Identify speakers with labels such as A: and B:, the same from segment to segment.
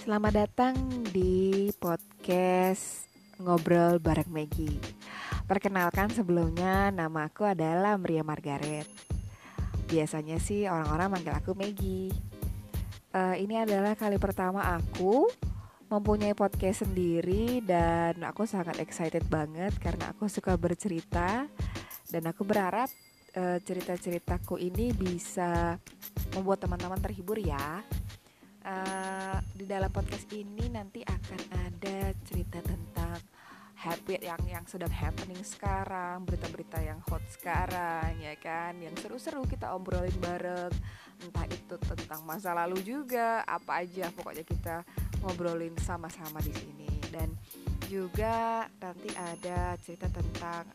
A: Selamat datang di podcast Ngobrol bareng Maggie. Perkenalkan sebelumnya, nama aku adalah Maria Margaret. Biasanya sih orang-orang manggil aku Maggie. Ini adalah kali pertama aku mempunyai podcast sendiri dan aku sangat excited banget karena aku suka bercerita dan aku berharap cerita-ceritaku ini bisa membuat teman-teman terhibur ya. Di dalam podcast ini nanti akan ada cerita tentang habit yang sedang happening sekarang, berita-berita yang hot sekarang, ya kan, yang seru-seru kita obrolin bareng, entah itu tentang masa lalu juga, apa aja pokoknya kita ngobrolin sama-sama di sini. Dan juga nanti ada cerita tentang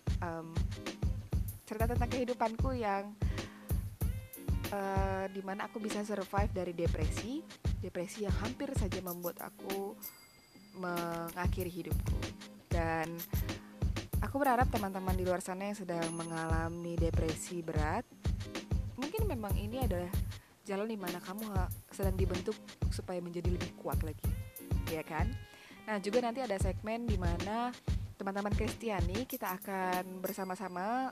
A: kehidupanku yang dimana aku bisa survive dari depresi yang hampir saja membuat aku mengakhiri hidupku. Dan aku berharap teman-teman di luar sana yang sedang mengalami depresi berat, mungkin memang ini adalah jalan di mana kamu sedang dibentuk supaya menjadi lebih kuat lagi, ya kan? Nah, juga nanti ada segmen di mana teman-teman Kristiani kita akan bersama-sama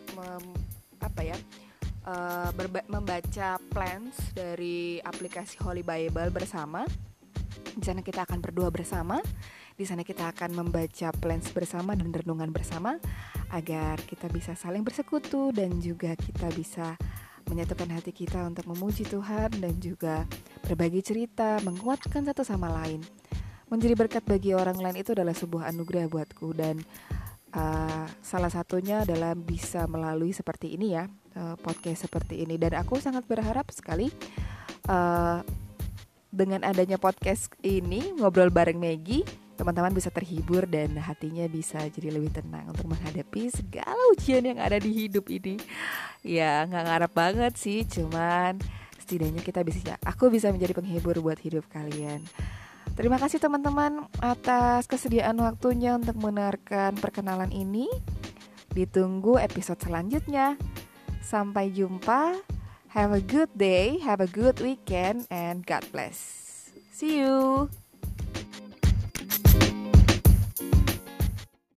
A: membaca plans dari aplikasi Holy Bible bersama. Di sana kita akan berdoa bersama. Di sana kita akan membaca plans bersama dan renungan bersama agar kita bisa saling bersekutu dan juga kita bisa menyatukan hati kita untuk memuji Tuhan dan juga berbagi cerita, menguatkan satu sama lain. Menjadi berkat bagi orang lain itu adalah sebuah anugerah buatku dan salah satunya adalah bisa melalui seperti ini ya, podcast seperti ini. Dan aku sangat berharap sekali dengan adanya podcast ini, Ngobrol bareng Maggie, teman-teman bisa terhibur dan hatinya bisa jadi lebih tenang untuk menghadapi segala ujian yang ada di hidup ini. Ya gak ngarep banget sih, cuman setidaknya aku bisa menjadi penghibur buat hidup kalian. Terima kasih teman-teman atas kesediaan waktunya untuk mendengarkan perkenalan ini. Ditunggu episode selanjutnya. Sampai jumpa. Have a good day, have a good weekend, and God bless. See you.